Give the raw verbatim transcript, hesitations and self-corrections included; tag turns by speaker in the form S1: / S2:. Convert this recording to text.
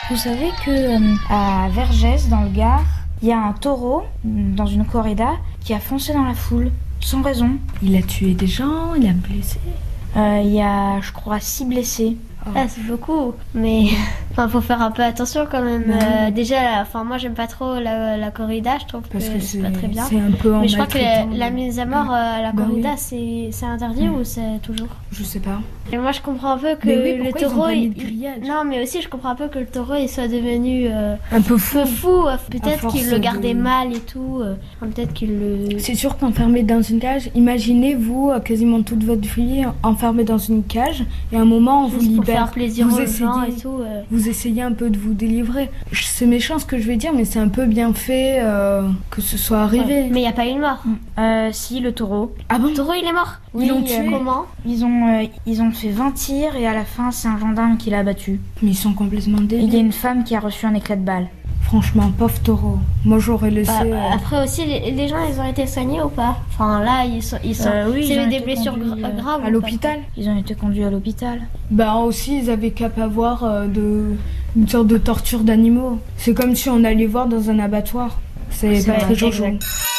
S1: Vous savez que euh, à Vergès, dans le Gard, il y a un taureau dans une corrida qui a foncé dans la foule, sans raison.
S2: Il a tué des gens, il a blessé.
S1: Euh, Il y a, je crois, six blessés.
S3: Oh. Ah, c'est beaucoup, mais enfin, faut faire un peu attention quand même.
S2: Bah,
S3: euh, déjà, enfin, moi, j'aime pas trop la, la corrida, je trouve
S2: parce
S3: que,
S2: que
S3: c'est pas très bien.
S2: C'est un peu en
S3: mais je crois que la,
S2: maltraitant.
S3: la mise à mort euh, à la
S2: Bah
S3: corrida,
S2: oui.
S3: c'est c'est interdit
S2: Mm.
S3: ou c'est toujours?
S2: Je sais pas.
S3: Et moi, je comprends un peu que
S2: Mais oui,
S3: le
S2: pourquoi ils ont
S3: taureau.
S2: pas mis
S3: il-
S2: de grillage
S3: Non, mais aussi, je comprends un peu que le taureau il soit devenu euh,
S2: Un peu fou.
S3: peu fou.
S2: À
S3: Peut-être
S2: force
S3: qu'il le gardait
S2: de-
S3: mal et tout. euh, enfin, peut-être qu'il le.
S2: C'est sûr qu'enfermé dans une cage, imaginez vous euh, quasiment toute votre vie enfermé dans une cage et à un moment on vous
S3: Juste pour
S2: libère,
S3: faire plaisir
S2: vous
S3: aux
S2: essayez,
S3: gens et tout. euh.
S2: vous essayez un peu de vous délivrer. C'est méchant ce que je vais dire, mais c'est un peu bien fait euh, que ce soit arrivé.
S3: Ouais. Mais il n'y a pas eu de mort.
S1: Euh, si, le taureau.
S2: Ah bon?
S3: Le taureau, il est mort.
S1: Oui,
S2: Ils l'ont
S1: euh,
S2: tué.
S3: Comment?
S1: Ils ont, euh, ils ont fait vingt tirs et à la fin, c'est un gendarme qui l'a abattu.
S2: Mais ils sont complètement
S1: Et il y a
S2: débiles.
S1: une femme qui a reçu un éclat de balle.
S2: Franchement, pauvre taureau. Moi j'aurais laissé.
S3: Bah,
S2: euh,
S3: après aussi, les, les gens, ils ont été soignés ou pas? Enfin, là, ils sont. Ils sont
S1: Euh, oui,
S3: c'est
S1: ils ont
S3: des
S1: été
S3: blessures
S1: conduits,
S3: gra-
S1: euh,
S3: graves. ou
S2: à
S3: pas
S2: l'hôpital.
S1: Ils ont été conduits à l'hôpital.
S2: Bah aussi ils avaient qu'à pas voir euh, de une sorte de torture d'animaux. C'est comme si on allait voir dans un abattoir. C'est
S1: C'est
S2: pas
S1: vrai,
S2: très jojo.
S1: exact.